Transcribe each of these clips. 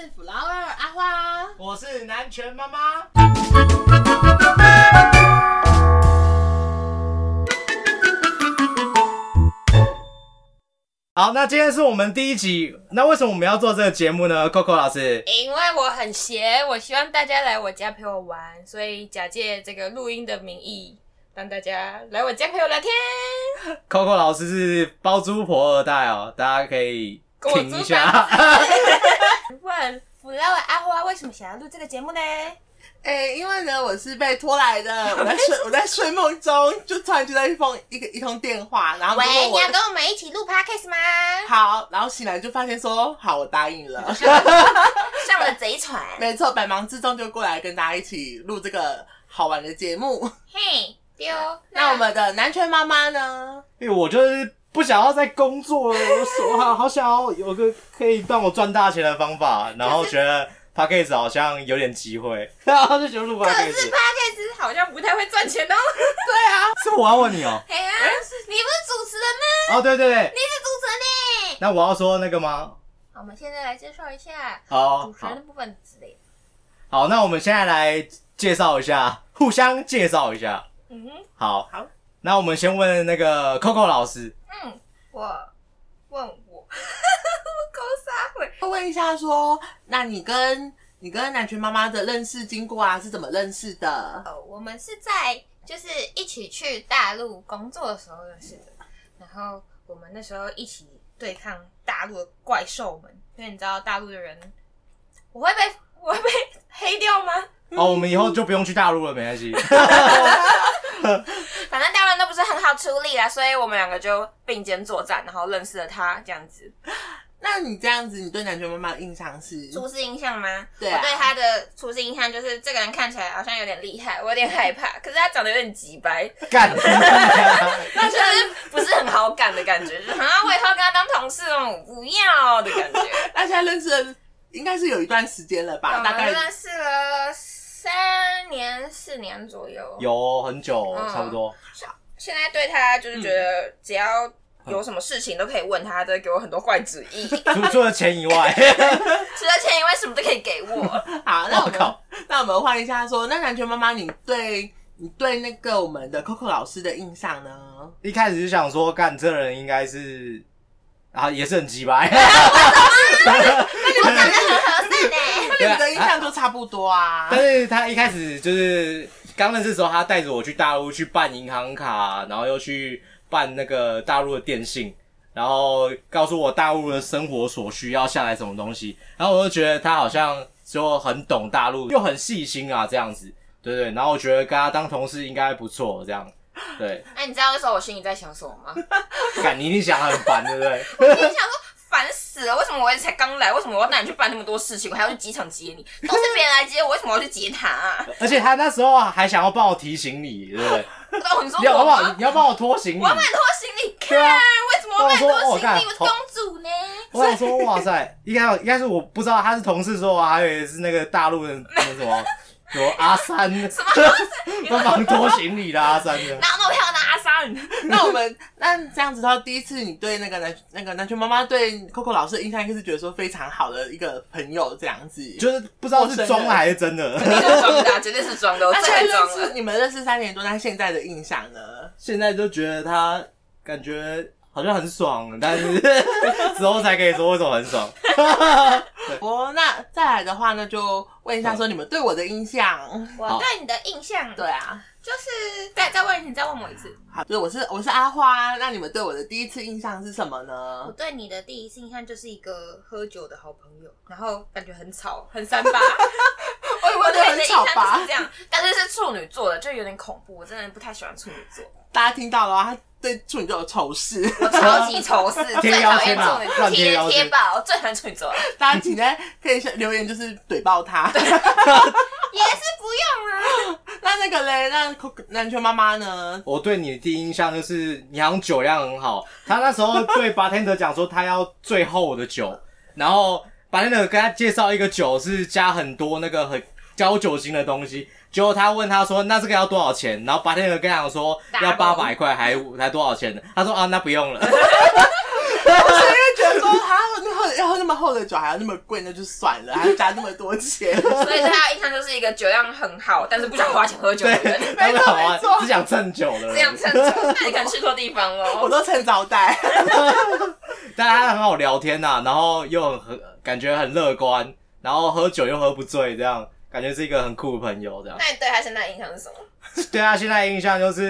Flower 阿花， 我是南拳妈妈。好，那今天是我们第一集。那为什么我们要做这个节目呢 ？Coco 老师， 因为我很闲，我希望大家来我家陪我玩，所以假借这个录音的名义，让大家来我家陪我聊天。 Coco 老师是包租婆二代哦，大家可以听一下。 问 Flower 阿花为什么想要录这个节目呢？ 因为呢，我是被拖来的，我在睡梦中就突然接到一通电话，然后喂，你要跟我们一起录 podcast 吗？ 好，然后醒来就发现说，好，我答应了， 上了贼船， 没错，百忙之中就过来跟大家一起录这个好玩的节目。 嘿，丢。 那我们的南拳妈妈呢？ 因为我就是不想要再工作了，我好想要有个可以让我赚大钱的方法，然后觉得 Podcast 好像有点机会，然后就觉得录 Podcast。 可是 podcast 好像不太会赚钱哦。 对啊， 是我要问你哦。 哎呀，你不是主持人吗？ 哦，对对对， 你是主持人呢。 那我要说那个吗？ 好，我们现在来介绍一下好， 主持人的部分之类的。 好，那我们现在来介绍一下，互相介绍一下。 嗯哼， 好， 好， 那我们先问那个 Coco 老师。 问我，我勾撒会。 会问一下说，那你跟南拳妈妈的认识经过啊，是怎么认识的？ 我们是在就是一起去大陆工作的时候认识的，然后我们那时候一起对抗大陆的怪兽们，因为你知道大陆的人，我会被黑掉吗？ 哦，我们以后就不用去大陆了，没关系。 反正大陆人都不是很好处理啦，所以我们两个就并肩作战，然后认识了他这样子。 那你这样子，你对南拳妈妈的印象是？ 初次印象吗？ 对啊， 我对他的初次印象就是这个人看起来好像有点厉害，我有点害怕，可是他长得有点急白， 干！ 那就是不是很好感的感觉，就是我以后跟他当同事哦，我不要的感觉。 那现在认识的应该是有一段时间了吧？大概认识了3年4年左右， 有很久，差不多。 现在对他就是觉得只要有什么事情都可以问他，都会给我很多坏主意。 除了钱以外， 除了钱以外，什么都可以给我。 好，那我们换一下说，那南拳妈妈，你对那个我们的 Coco 老师的印象呢？ 一开始就想说，干这人应该是也是很鸡掰。 那你们长得很和善呢。 那你们的印象都差不多啊。 但是他一开始就是刚认识的时候，他带着我去大陆去办银行卡，然后又去办那个大陆的电信，然后告诉我大陆的生活所需要下载什么东西，然后我就觉得他好像就很懂大陆，又很细心啊，这样子，对对。然后我觉得跟他当同事应该不错，这样，对。 那你知道那时候我心里在想什么吗？ 干，你一定想很烦，对不对？ 我心里想说，烦死了！为什么我才刚来？为什么我要带你去办那么多事情？我还要去机场接你？都是别人来接我，为什么我要去接他啊？ 而且他那时候还想要帮我提行李，对不对？ 你说我吗？ 你要帮我拖行李， 我要帮你拖行李。 对啊， 为什么我要帮你拖行李？我是公主呢。 我想说，哇塞，应该是我不知道他是同事说，还以为是那个大陆的那什么。有阿三， 什么？ 帮忙拖行李的阿三的， 哪有那么漂亮的阿三？ 那这样子的话，第一次你对那个南拳妈妈对 Coco 老师的印象，应该是觉得说非常好的一个朋友这样子， 就是不知道是装的还是真的。 肯定是装的，绝对是装的，我最爱装了。 你们认识3年多，那现在的印象呢？ 现在就觉得他感觉好像很爽，但是之后才可以说为什么很爽。 那再来的话呢，就问一下说你们对我的印象。 我对你的印象， 对啊， 就是再问我一次。 好，就是我是阿花，那你们对我的第一次印象是什么呢？ 我对你的第一次印象就是一个喝酒的好朋友，然后感觉很吵，很三八。我对你的印象就是这样，但是是处女座的，就有点恐怖。我真的不太喜欢处女座。 大家听到了吗？他对处女座有仇视， 我超级仇视，最讨厌处女座，贴爆，我最讨厌处女座。 大家请在可以留言，就是怼爆他。 也是不用啊。 那个嘞，那南拳妈妈呢？ 我对你的第一印象就是你好像酒量很好。他那时候对 bartender 讲说他要最厚的酒，然后 bartender 跟他介绍一个酒是加很多那个很高酒精的东西。结果他问他说：“那这个要多少钱？”然后白天跟他讲说要800块，还多少钱呢？他说：“啊，那不用了。” 我是因为觉得说要喝那么厚的酒，还要那么贵，那就算了，还要加那么多钱。 所以对他的印象就是一个酒量很好，但是不想花钱喝酒的人。 没错没错， 只想蹭酒的人。 这样趁酒，那你可能去错地方了。 我都蹭招待。 但他很好聊天呐，然后又感觉很乐观，然后喝酒又喝不醉，这样感觉是一个很酷的朋友。这样。 那你对他现在的印象是什么？ 对他现在的印象就是，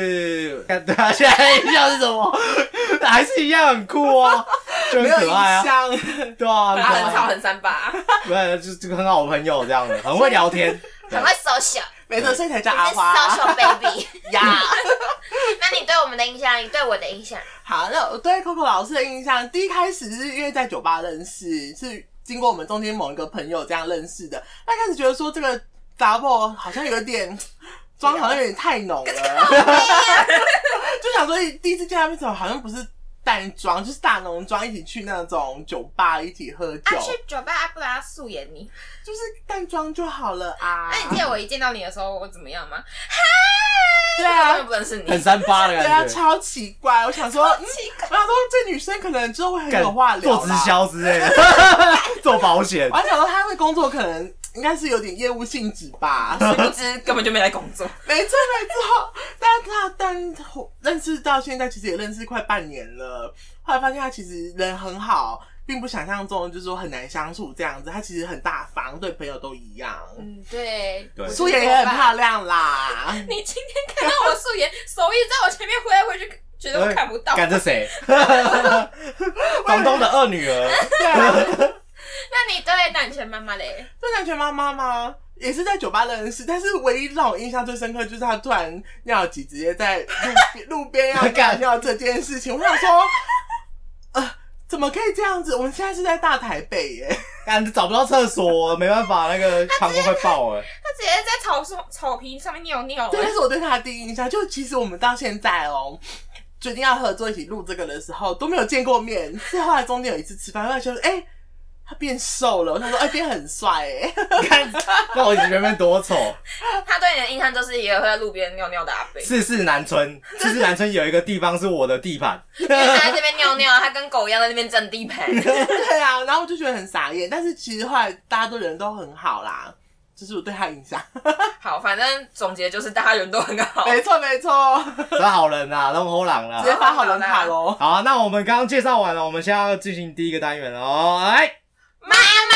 对他现在的印象是什么？还是一样很酷啊，就很可爱啊。对啊， 他很吵很三八， 对，就是很好的朋友这样的，很会聊天， 很会 social。 没错，所以才叫阿花。 social baby 呀。 那你对我们的印象，你对我的印象？ 好，那我对 Coco 老师的印象，第一开始是因为在酒吧认识，是经过我们中间某一个朋友这样认识的。那开始觉得说这个 double 好像有点妆，好像有点太浓了，就想说第一次见他们怎么好像不是淡妆，就是大浓妆，一起去那种酒吧一起喝酒。 去酒吧不然要素颜你， 就是淡妆就好了啊。 那你记得我一见到你的时候我怎么样吗？ 对啊， 根本不认识你， 很三八的感觉。 对啊，超奇怪。我想说，我想说这女生可能之后会很有话聊啦， 做直销之类的，做保险。 我还想说她的工作可能应该是有点业务性质吧， 殊不知根本就没来工作。 没错没错，但认识到现在其实也认识快半年了，后来发现他其实人很好，并不想象中就是说很难相处这样子，他其实很大方，对朋友都一样。 对， 素颜也很漂亮啦。 你今天看到我素颜，手一直在我前面挥来挥去，觉得我看不到。 干这谁？房东的二女儿。 对啊。 那你对南拳妈妈嘞？ 对南拳妈妈吗？也是在酒吧认识，但是唯一让我印象最深刻就是他突然尿急，直接在路边要干尿这件事情。我想说，怎么可以这样子？我们现在是在大台北耶， 干找不到厕所，没办法，那个膀胱快爆了。 他直接在草皮上面尿尿。 对，那是我对他的第一印象。就其实我们到现在决定要合作一起录这个的时候都没有见过面，是后来中间有一次吃饭，后来就他变瘦了，我想说，变很帅看，那我原本多丑。 他对你的印象就是一个会在路边尿尿的阿伯。 四南村有一个地方是我的地盘， 因为他在这边尿尿，他跟狗一样在那边占地盘。 对啊，然后我就觉得很傻眼，但是其实后来大家对人都很好啦，这是我对他的印象。 好，反正总结就是大家人都很好。 没错没错， 都好人啊，都好人啦， 直接发好人卡咯。 好啊，那我们刚刚介绍完了，我们现在要进行第一个单元了哦，来。 妈妈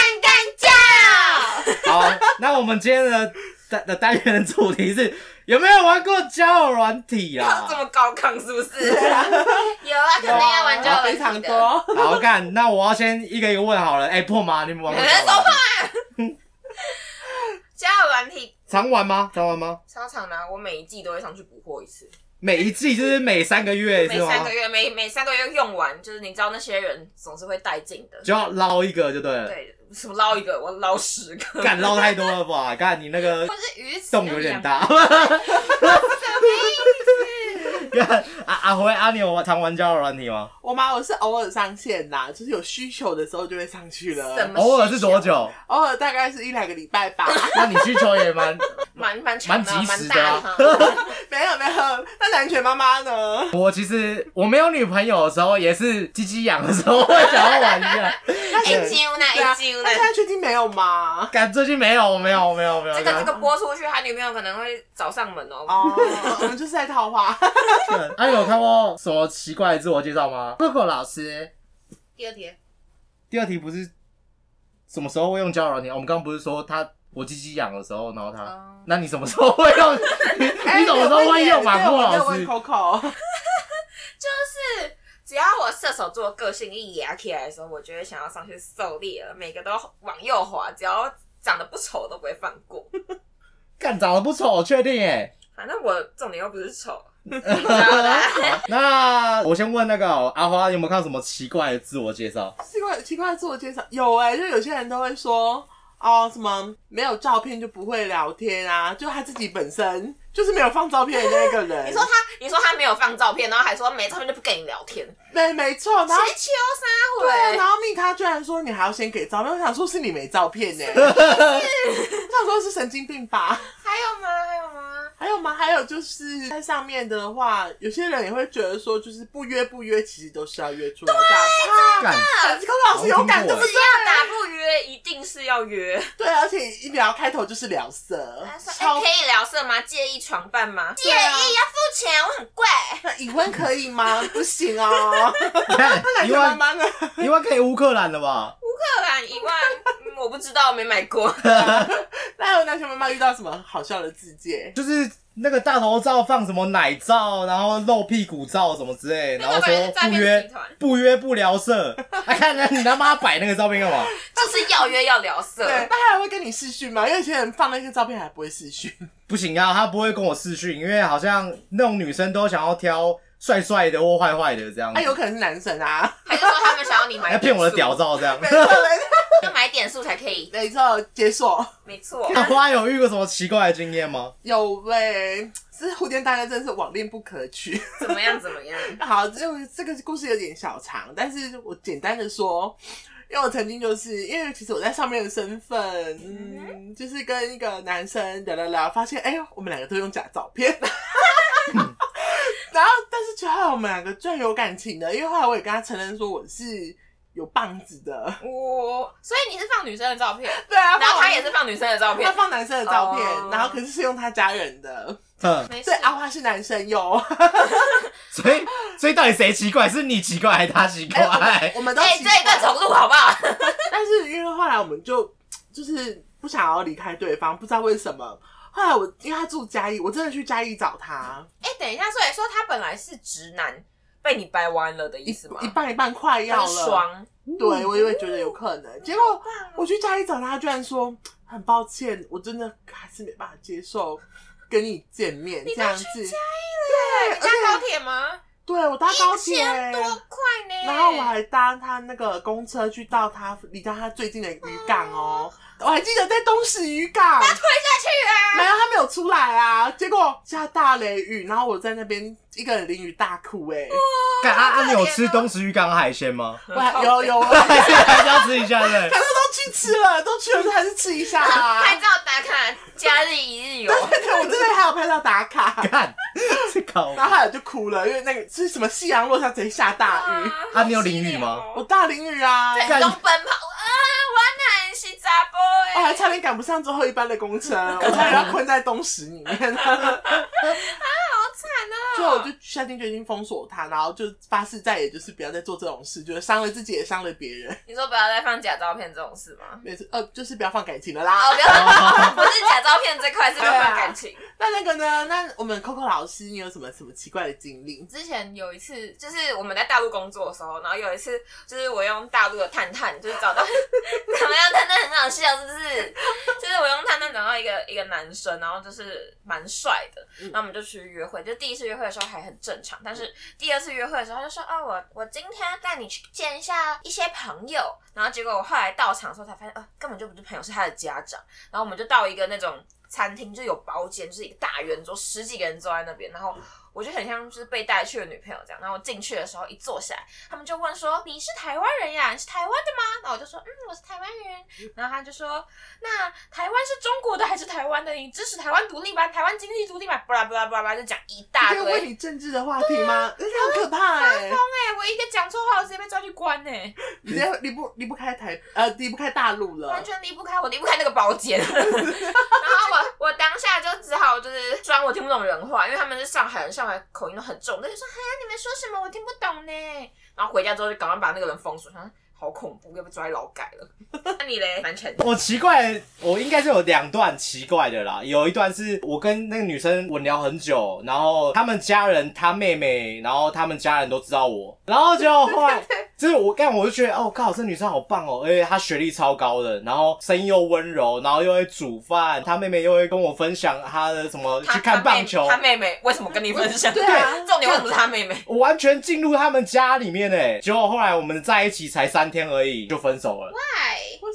干叫。 好，那我们今天的单元的主题是有没有玩过交友软体啦？ 这么高亢是不是？有啊，肯定要玩交友软体的。 非常多。 好干，那我要先一个一个问好了。破妈，你们玩过交友软体？ 交友软体常玩吗？ 超长的，我每一季都会上去补货一次。 每一季就是每3个月是吗？ 每3个月用完，就是你知道那些人总是会带进的， 就要捞一个就对了。 对，什么捞一个，我捞10个。 干捞太多了吧？干你那个或是鱼池洞有点大。 什么意思？ 阿辉你有常玩交友软体吗？ 我是偶尔上线啦，就是有需求的时候就会上去了。 偶尔是多久？ 偶尔大概是1-2个礼拜吧。 那你需求也蛮及时的啊。 没有，那南拳妈妈呢？ 我没有女朋友的时候，也是鸡鸡痒的时候会想要玩一下。 一揪呢。 那现在确定没有吗？ 最近没有。 这个播出去，他女朋友可能会找上门哦。 我们就是在套话。 你有看过什么奇怪的自我介绍吗？Coco 老师， 第二题不是什么时候会用交友软体？我们刚刚不是说我鸡鸡痒的时候，然后那你什么时候会用？你什么时候会用嘛？Coco 老师 ，Coco， 就是只要我射手座个性一压起来的时候，我就会想要上去狩猎了，每个都往右滑，只要长得不丑都不会放过。 干长得不丑，确定耶？ 反正我重点又不是丑。 那我先问那个阿花，有没有看到什么奇怪的自我介绍？ 奇怪的自我介绍有就有些人都会说什么没有照片就不会聊天啊，就他自己本身就是没有放照片的那个人。 你说他没有放照片，然后还说没照片就不跟你聊天。 没错，然后谁秋啥对， 回？ 然后蜜咖居然说你还要先给照片，我想说是你没照片呢。我想说是神经病吧？ 还有吗？ 还有吗？还有就是在上面的话，有些人也会觉得说，就是不约，其实都是要约出来打干炮。柯老师有感，对不对？ 只要打不约，一定是要约。 对，而且一聊开头就是聊色， 可以聊色吗？介意床伴吗？介意，要付钱，我很贵。 那已婚可以吗？不行哦。 看 1万慢的 ，1万可以乌克兰了吧？ 乌克兰1万，我不知道，没买过。 那有男生妈妈遇到什么好笑的字界？ 就是那个大头照放什么奶照，然后露屁股照什么之类，然后说不约不聊色。看你他妈摆那个照片干嘛？ 就是要约要聊色。 对，那他还会跟你视讯吗？因为有些人放那些照片还不会视讯。 不行啊，他不会跟我视讯，因为好像那种女生都想要挑帅帅的或坏坏的这样。 有可能是男生啊， 还是说他们想要你买？ 要骗我的屌照这样。 没错， 要买点数才可以。 没错，解锁。 没错。 那花有遇过什么奇怪的经验吗？ 有喂，是蝴蝶大家真的是网恋不可取。 怎么样？ 好，这个故事有点小长，但是我简单的说，因为我曾经就是因为其实我在上面的身份，就是跟一个男生聊，发现我们两个都用假照片。然后，但是后来我们两个居然有感情的，因为后来我也跟他承认说我是有棒子的。 所以你是放女生的照片？ 对啊， 然后他也是放女生的照片， 他放男生的照片，然后可是用他家人的。对，阿花是男生哟。 所以到底谁奇怪？是你奇怪还是他奇怪？ 我们都奇怪。 这一段重录好不好？ 但是因为后来我们就是不想要离开对方，不知道为什么。后来因为他住嘉义，我真的去嘉义找他。 等一下，所以说他本来是直男，被你掰弯了的意思吗？ 一半快要了。 双。 对，我也会觉得有可能。结果我去嘉义找他，他居然说很抱歉，我真的还是没办法接受跟你见面这样子。 你都去嘉义了？你搭高铁吗？ 对，我搭高铁 ，1000多块呢。 然后我还搭他那个公车去到离他最近的渔港哦。我还记得在东石渔港， 他推下去啊！ 没有，他没有出来啊。结果下大雷雨，然后我在那边一个人淋雨大哭你有吃东石渔港海鲜吗？ 有， 还是要吃一下的。 可是都去吃了，还是吃一下啊。 拍照打卡，假日一日游。 对，我真的还有拍照打卡。 看， 然后后来就哭了，因为那个是什么夕阳落下直接下大雨。 你有淋雨吗？ 我大淋雨啊， 在中奔跑我哪是查甫我还差点赶不上最后一班的公车，我差点要困在东石里面。 好惨啊！ 所以我就下定决心封锁他，然后就发誓再也就是不要再做这种事，就是伤了自己也伤了别人。 你说不要再放假照片这种事吗？ 没错，就是不要放感情了啦。 不要放，不是假照片这块，是不要放感情。 那个呢？那我们 Coco 老师，你有什么奇怪的经历？ 之前有一次，就是我们在大陆工作的时候，然后有一次，就是我用大陆的探探，就是找到怎么样？探探很好笑，是不是？就是我用探探找到一个男生，然后就是蛮帅的，然后我们就去约会。就第一次约会的时候还很正常，但是第二次约会的时候，他就说：“我今天带你去见一下一些朋友。”然后结果我后来到场的时候才发现，根本就不是朋友，是他的家长。然后我们就到一个那种餐厅，就是有包间，就是一个大圆桌，10几个人坐在那边，然后我就很像就是被带去的女朋友这样。然后我进去的时候一坐下来，他们就问说：“你是台湾人呀？你是台湾的吗？”然后我就说：“我是台湾人。”然后他就说：“那台湾是中国的还是台湾的？你支持台湾独立吗？台湾经济独立吗？”巴拉巴拉巴拉就讲一大堆。 问你政治的话题吗？那很可怕发疯我一个讲错话，我直接被抓去关你直接离不开离不开大陆了， 完全离不开，我离不开那个包间。然后我当下就只好就是装我听不懂人话，因为他们是上海人，上海口音都很重，就说：“你们说什么？我听不懂呢。”然后回家之后就赶快把那个人封锁，想好恐怖，要被抓去劳改了。那你嘞？蛮沉。 我奇怪，我应该是有2段奇怪的啦。有一段是我跟那个女生稳聊很久，然后他们家人、她妹妹，然后他们家人都知道我，然后就后来就是我就觉得靠，这女生好棒哦，而且她学历超高的，然后声音又温柔，然后又会煮饭，她妹妹又会跟我分享她的什么去看棒球。 她妹妹为什么跟你分享？ 对啊， 重点为什么是她妹妹？ 我完全进入他们家里面结果后来我们在一起才3天而已就分手了。 Why？ 为什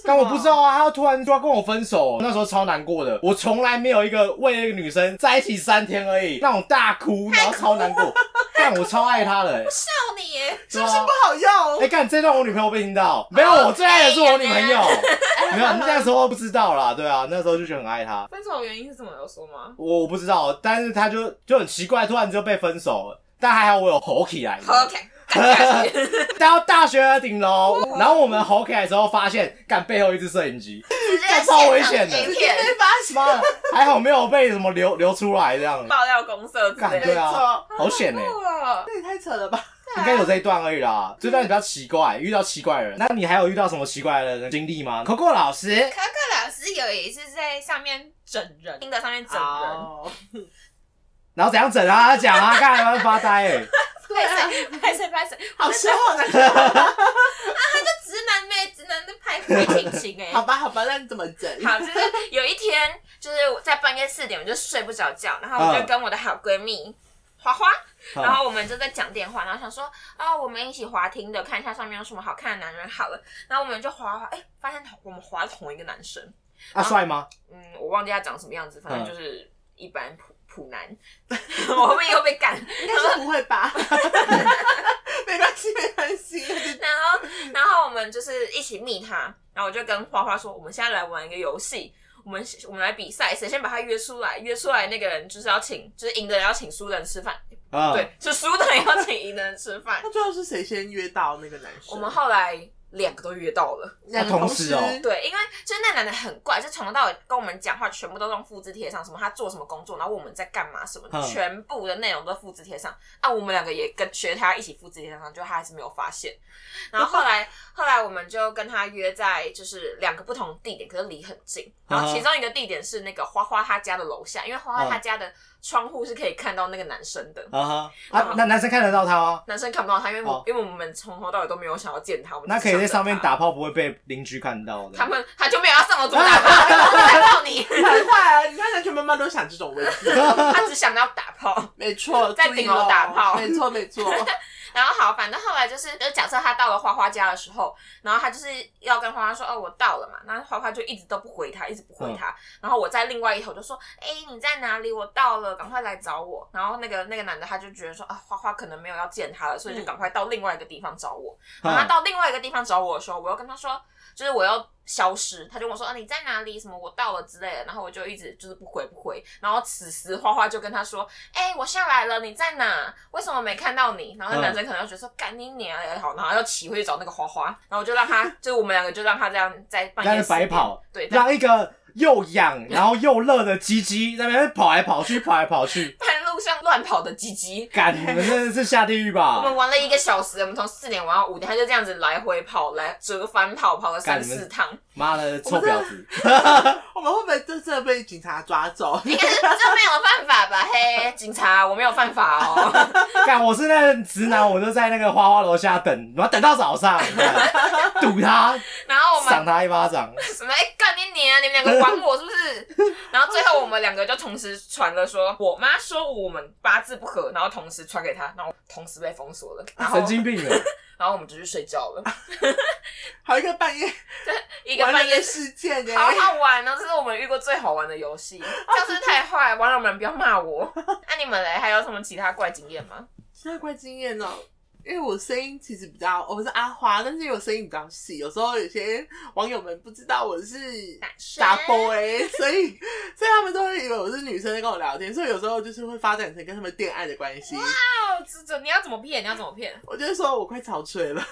但我不知道啊，他突然就要跟我分手，那时候超难过的。我从来没有一个为那个女生在一起3天而已，那种大哭，然后超难过。但我超爱她的、欸， 笑你耶， 是不是不好用？ 哎，干这段我女朋友被听到，没有，我最爱的是我女朋友。没有，那时候不知道啦，对啊，那时候就觉得很爱她。 分手的原因是什么？有说吗？ 我不知道，但是他就很奇怪，突然就被分手了。但还好我有吼起来。 好 OK。 到大学的顶楼，然后我们吼起来之后，发现干背后一只摄影机，干超危险的， 影片被发现， 妈的，还好没有被什么流出来这样。 爆料公社之类的。 对啊，好险这也太扯了吧！ 应该有这一段而已啦，这段比较奇怪，遇到奇怪的人。那你还有遇到什么奇怪的人经历吗？Coco 老师 ，Coco 老师有一次在上面整人，听的上面整人， 然后怎样整啊？他讲啊，干嘛发呆？ 拍谁， 好说话的。 他就直男妹，直男的拍亲情哎。 好吧，那你怎么整？ 好，就是有一天，就是在半夜4点，我就睡不着觉，然后我就跟我的好闺蜜花花，然后我们就在讲电话，然后想说我们一起滑听的，看一下上面有什么好看的男人好了，然后我们就滑，发现我们滑同一个男生。 帅吗？ 我忘记他长什么样子，反正就是一般普男。我后面又被干， 应该是不会吧？没关系。 然后我们就是一起密他，然后我就跟花花说，我们现在来玩一个游戏，我们来比赛，谁先把他约出来那个人就是要请，就是赢的人要请输的人吃饭。对，是输的人要请赢的人吃饭。 那最后是谁先约到那个男生？ 我们后来2个都约到了 ，2个同时哦。 对，因为就是那男的很怪，就从头到尾跟我们讲话，全部都用复制贴上，什么他做什么工作，然后我们在干嘛什么，全部的内容都复制贴上。我们2个也跟学他一起复制贴上，就他还是没有发现。然后后来我们就跟他约在就是2个不同的地点，可是离很近。然后其中一个地点是那个花花他家的楼下，因为花花他家的窗户是可以看到那个男生的。 那男生看得到他吗？ 男生看不到他，因为我们从头到尾都没有想要见他。 那可以在上面打炮，不会被邻居看到的。 他就没有要上楼怎么打炮，他打炮你。 很坏啊！你看人全妈妈都想这种问题， 他只想到打炮。 没错， 在顶楼打炮。 没错。 然后好，反正后来就是假设他到了花花家的时候，然后他就是要跟花花说我到了嘛，然后花花就一直都不回他，然后我在另外一头就说你在哪里？我到了，赶快来找我。然后那个男的他就觉得说花花可能没有要见他了，所以就赶快到另外一个地方找我。然后他到另外一个地方找我的时候，我又跟他说，就是我要消失，他就跟我说你在哪里？什么我到了之类的，然后我就一直就是不回，然后此时花花就跟他说我下来了，你在哪？为什么没看到你？然后那男生可能就觉得说干你娘也好，然后要骑回去找那个花花，然后我就让他就是我们2个就让他这样在半夜白跑， 对， 让一个又痒然后又热的鸡鸡在那边跑来跑去，半路上乱跑的鸡鸡， 干，你们真的是下地狱吧？ 我们玩了1个小时，我们从4点玩到5点，他就这样子来回跑，来折返跑了3-4趟。 妈的，臭婊子！ 我们会不会真的被警察抓走？ 应该是这没有犯法吧？嘿，警察，我没有犯法哦。 干，我是那个直男，我就在那个花花楼下等，然后等到早上，堵他， 然后我们赏他一巴掌。 什么？干你娘！你们2个管我是不是？然后最后我们2个就同时传了说，我妈说我们8字不合，然后同时传给他，然后同时被封锁了。 神经病了。 然后我们就去睡觉了。 好一个半夜， 一个半夜事件好好玩哦！这是我们遇过最好玩的游戏。这样是太坏，玩了我们不要骂我。那你们嘞，还有什么其他怪经验吗？ 其他怪经验哦。因为我声音其实比较，我是阿花，但是我声音比较细，有时候有些网友们不知道我是大 boy， 所以他们都会以为我是女生在跟我聊天，所以有时候就是会发展成跟他们恋爱的关系。 哇，你要怎么骗？ 我就说我快潮吹了。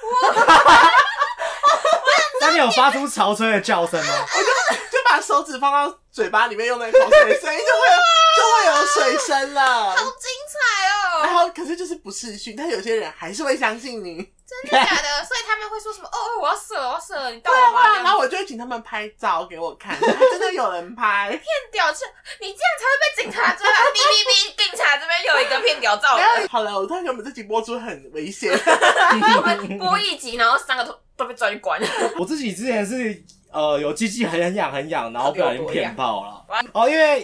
那你有发出潮吹的叫声吗？ 我就把手指放到嘴巴里面，用那个口水声音就会有水声了。 好精彩哦！ 然后可是就是不视讯，但有些人还是会相信你。 真的假的？所以他们会说什么？我要射了，你到了吗？ 然后我就会请他们拍照给我看，还真的有人拍。 骗屌照，你这样才会被警察抓。哔哔哔，警察这边又有一个骗屌照。 好了，我突然觉得我们这集播出很危险。 我们播1集，然后3个都被抓去关。 我自己之前是有鸡鸡很痒，然后不小心骗炮了。因为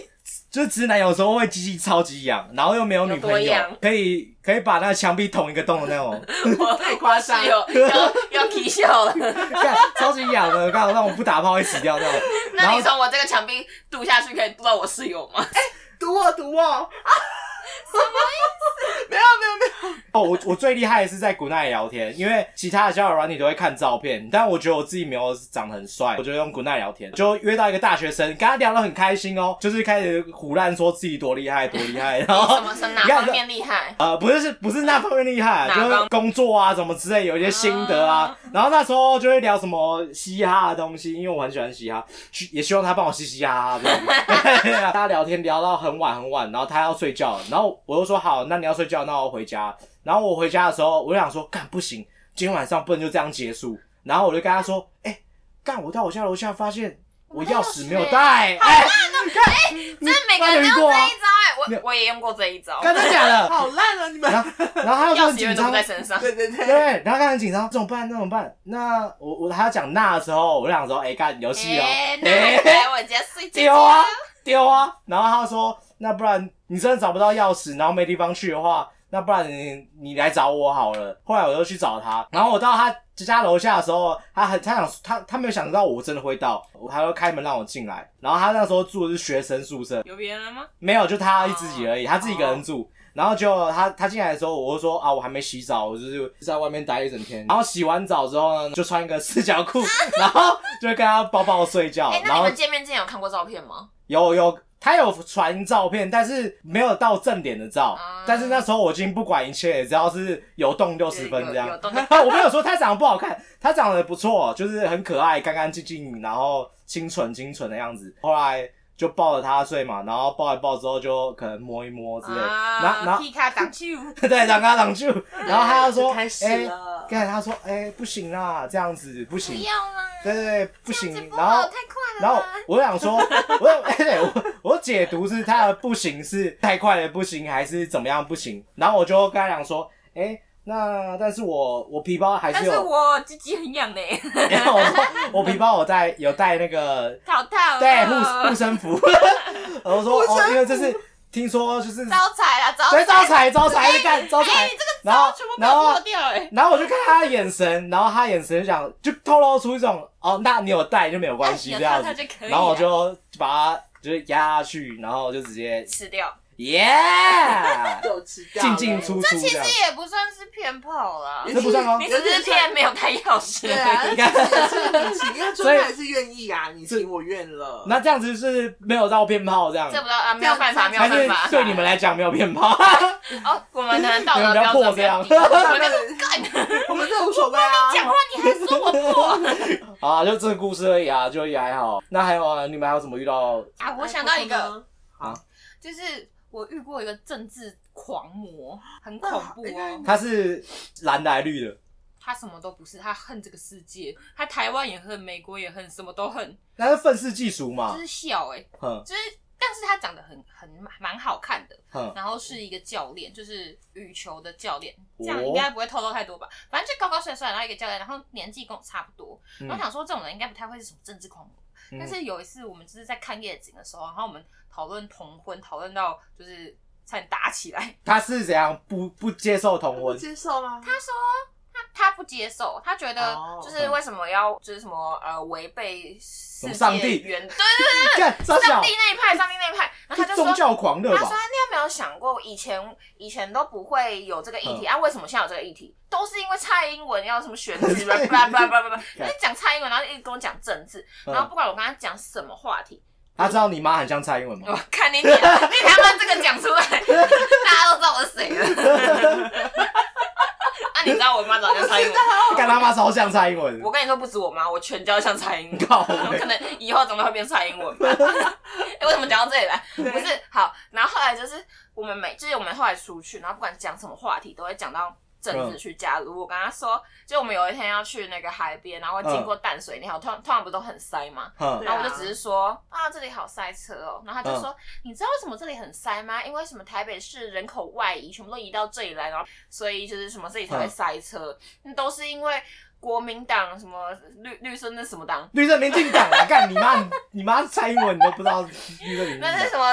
就是直男有时候会鸡鸡超级痒，然后又没有女朋友有多痒， 可以把那个墙壁捅一个洞的那种， 我太夸张有要啼笑了。 干超级痒的，刚好让我不打炮会死掉那种。然后那你从我这个墙壁渡下去，可以渡到我室友吗？ 堵我啊！什么意思？没有。 哦，我最厉害的是在古奈聊天，因为其他的交友软体都会看照片，但我觉得我自己没有长得很帅，我就用古奈聊天，就约到一个大学生，跟他聊得很开心哦，就是开始胡乱说自己多厉害，然后什么是哪方面厉害？ 不是那方面厉害，就是工作啊什么之类，有一些心得啊。然后那时候就会聊什么嘻哈的东西，因为我很喜欢嘻哈，也希望他帮我嘻嘻哈哈这样。大家聊天聊到很晚，然后他要睡觉了，然后我就说好，那你要睡觉，那我回家。然后我回家的时候，我就想说，干不行，今天晚上不能就这样结束。然后我就跟他说，干我到我家楼下发现我钥匙没有带， 真的每个人都用这一招我也用过这一招。 真的假的？ 好烂啊你们！ 然后他就很紧张， 在身上。 对， 对，然后他很紧张，怎么办？那我还要讲那的时候，我就想说，干游戏哦， 来我家睡觉。 丢啊！然后他说，那不然你真的找不到钥匙，然后没地方去的话，那不然你来找我好了。后来我就去找他，然后我到他家楼下的时候，他没有想到我真的会到，他就开门让我进来。然后他那时候住的是学生宿舍， 有别人吗？ 没有，就他自己而已，他自己一个人住。然后就他进来的时候，我就说啊，我还没洗澡，我就是在外面待一整天。然后洗完澡之后呢，就穿一个四角裤，然后就跟他抱抱睡觉。 那你们见面之前有看过照片吗？ 有，他有传照片，但是没有到正脸的照。但是那时候我已经不管一切，只要是有动60分这样。我没有说他长得不好看，他长得不错，就是很可爱，干干净净，然后清纯的样子。后来就抱着他睡嘛，然后抱一抱之后就可能摸一摸之类的，然后踢卡挡球， 对，挡球，然后他就说， 开始了， 他说，不行啦，这样子不行， 不要啦， 对，不行， 然后太快了， 然后我想说，我解读是他的不行是太快了不行，还是怎么样不行，然后我就跟他讲说，那但是我皮包还是有， 但是我鸡鸡很痒嘞。 然后我皮包有带那个套， 对护身符，我说因为这是听说就是招财啦， 对招财干招财， 你这个招全部被我破掉然后我就看他的眼神，然后他眼神就透露出一种那你有带就没有关系这样子，然后我就把它就是压下去，然后就直接吃掉。 就吃掉， 进出这其实也不算是骗炮啦， 这不算吗？ 你只是骗没有带钥匙。 对啊，也是你情，因为状态还是愿意啊，你情我愿了。 那这样子是没有到骗炮这样？ 这不知道啊，没有办法， 还是对你们来讲没有骗炮？ 我们的道德标准这样， 我们这无所谓啊。 讲话你还说我破？ 啊，就这个故事而已啊，就也还好。那还有啊，你们还有什么遇到啊？我想到一个啊， 就是我遇过一个政治狂魔，很恐怖哦。 他是蓝的还是绿的？ 他什么都不是，他恨这个世界，他台湾也恨，美国也恨，什么都恨。 那是愤世嫉俗嘛？ 就是笑就是，但是他长得蛮好看的，然后是一个教练，就是羽球的教练，这样应该不会透露太多吧？反正就高高帅帅，然后一个教练，然后年纪跟我差不多。然后想说这种人应该不太会是什么政治狂魔。但是有一次我们就是在看夜景的时候，然后我们讨论同婚，讨论到就是差点打起来。 他是怎样不接受同婚？ 不接受吗？ 他说他不接受，他觉得就是为什么要就是什么违背世界原对，上帝那一派，然后他就说宗教狂热吧。 他说你有没有想过以前都不会有这个议题啊？为什么现在有这个议题？都是因为蔡英文要什么选举吧，因为讲蔡英文，然后一直跟我讲政治，然后不管我跟他讲什么话题。 他知道你妈很像蔡英文吗？ 我看你他妈这个讲出来，大家都知道我是谁了。你知道我妈长得像蔡英文？ 干他妈超像蔡英文！ 我跟你说，不止我妈，我全家像蔡英文。 我可能以后长大会变蔡英文吧。为什么讲到这里来？不是好，然后后来就是我们后来出去，然后不管讲什么话题，都会讲到政治去加入。我跟他说，就我们有一天要去那个海边，然后经过淡水那通常不都很塞吗？然后我就只是说这里好塞车哦。然后他就说，你知道为什么这里很塞吗？因为什么台北市人口外移，全部都移到这里来，然后所以就是什么这里才会塞车，都是因为国民党什么绿色那什么党， 绿色民进党啊！干你妈蔡英文你都不知道绿色民进党， 那是什么？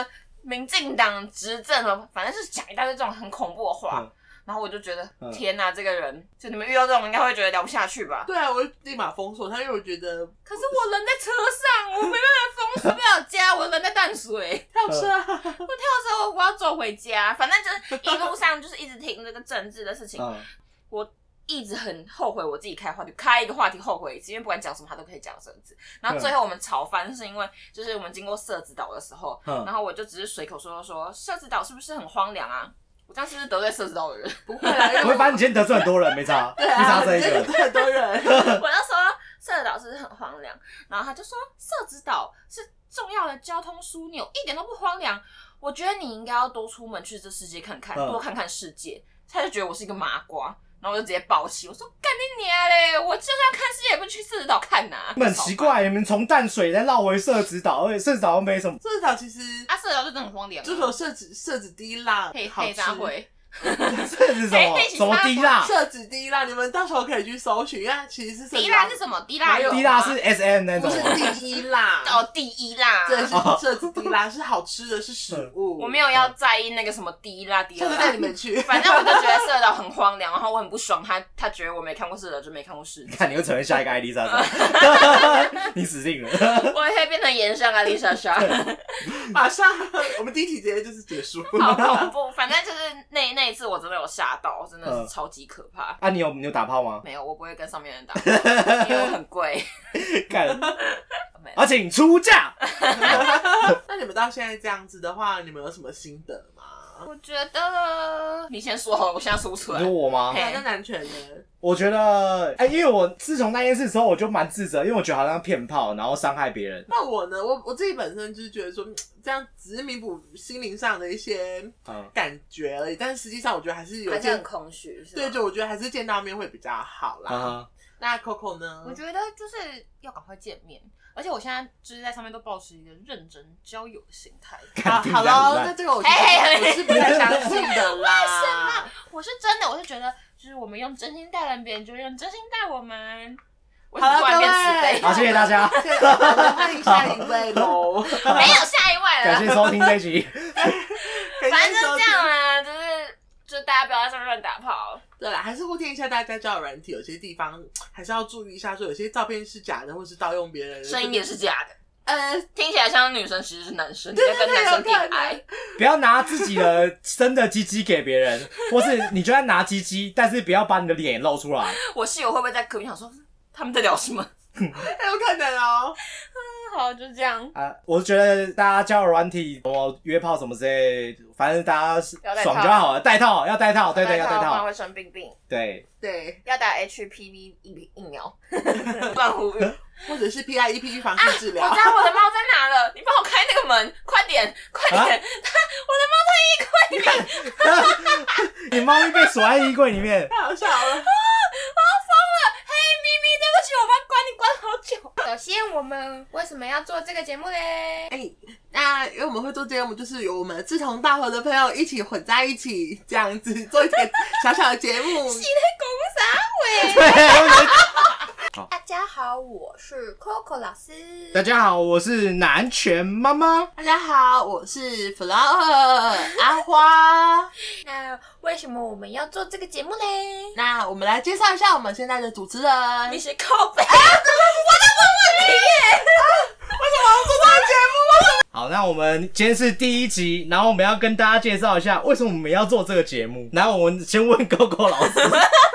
民进党执政了，反正是讲一大堆这种很恐怖的话。然后我就觉得，天哪，这个人，就你们遇到这种应该会觉得聊不下去吧？ 对啊，我就立马封锁他，因为我觉得， 可是我人在车上，我没办法封锁不了家，我人在淡水， 跳车， 我跳车，我要走回家。反正就是一路上就是一直听这个政治的事情，我一直很后悔我自己开一个话题后悔一次，因为不管讲什么他都可以讲政治。然后最后我们吵翻是因为就是我们经过社子岛的时候，然后我就只是随口说社子岛是不是很荒凉啊？我这样是不是得罪社子岛的人？ 不会啦， 我会发现你今天得罪很多人，没差， 对啊， 没差这一个人， 很多人。 我就说社子岛是不是很荒凉，然后他就说社子岛是重要的交通枢纽，一点都不荒凉。我觉得你应该要多出门去这世界看看，多看看世界。他就觉得我是一个麻瓜。然后我就直接爆气，我说干你娘嘞！我就算看世界也不去社子岛看呐。 你们很奇怪，你们从淡水再绕回社子岛，而且社子岛又没什么。 社子岛其实社子岛就真的很荒凉， 就是有社子低辣，好吃。 这是什么？什么低辣？ 社子低辣，你们到时候可以去搜寻，因为它其实是低辣是什么？低辣是 SM 那种， 不是第一辣哦，第一辣， 对，是社子低辣，是好吃的，是食物。 我没有要在意那个什么低辣， 下次带你们去。 反正我就觉得社子岛很荒凉，然后我很不爽，他觉得我没看过社子岛就没看过世界。 看你又成为下一个艾丽莎莎，你死定了。 我也会变成岩上艾丽莎莎， 马上我们第一题直接就是结束。 好恐怖，反正就是那一次我真的有吓到，真的是超级可怕。 啊，你有打炮吗？ 没有，我不会跟上面的人打炮，因为我很贵。 干，请出价。 那你们到现在这样子的话，你们有什么心得吗？ 我觉得你先说好了，我现在说不出来。 你说我吗？ 那男权的， 我觉得，因为我自从那件事之后，我就蛮自责，因为我觉得好像骗炮，然后伤害别人。 那我呢？我自己本身就是觉得说，这样只是弥补心灵上的一些感觉而已，但是实际上我觉得还是有很空虚。 对，就我觉得还是见到面会比较好啦。那 Coco 呢？ 我觉得就是要赶快见面。而且我现在就是在上面都保持一个认真交友的心态。 好咯，那这个我是不太相信的啦。 为什么？我是真的，我是觉得，就是我们用真心待人，别人就用真心待我们。 好了，各位， 好，谢谢大家。 欢迎下一位喽。 没有下一位了。 感谢收听这一集。 反正就这样啦，就大家不要在上面乱打炮。 对啦，还是呼吁一下大家交友软体，有些地方还是要注意一下，说有些照片是假的，或是盗用别人的， 声音也是假的。听起来像女生，其实是男生，你在跟男生恋爱。 不要拿自己的生的鸡鸡给别人，或是你就算拿鸡鸡，但是不要把你的脸露出来。 我室友会不会在隔壁想说他们在聊什么？ 有可能哦。 好，就这样啊！我觉得大家交友软体，什么约炮什么之类，反正大家爽就好了。戴套要戴套，对，要戴套， 不然会生病。 对， 要打 HPV 疫苗，乱呼吁， 或者是 PIEP 预防性治疗。 我知道我的猫在哪了，你帮我开那个门，快点！我的猫在衣柜里面。 你猫咪被锁在衣柜里面， 太好笑了。 我要疯了！嘿，咪咪，对不起，我把你关好久。首先，我们为什么要做这个节目嘞？ 那因为我们会做节目，就是有我们志同道合的朋友一起混在一起，这样子做一点小小的节目。 是在讲啥话？大家好，我是 Coco 老师。 大家好，我是南拳妈妈。 大家好，我是 Flower 阿花。 那为什么我们要做这个节目嘞？ 那我们来介绍一下我们现在的主持人。 你是靠北，我在问问题耶！为什么要做这个节目？ 好，那我们今天是第1集，然后我们要跟大家介绍一下为什么我们要做这个节目。然后我们先问 Coco 老师。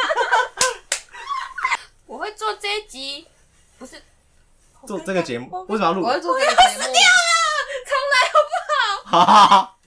我会做这一集，不是做这个节目，为什么要录？ 我会做这个节目。 死掉了，重来好不好？ 好。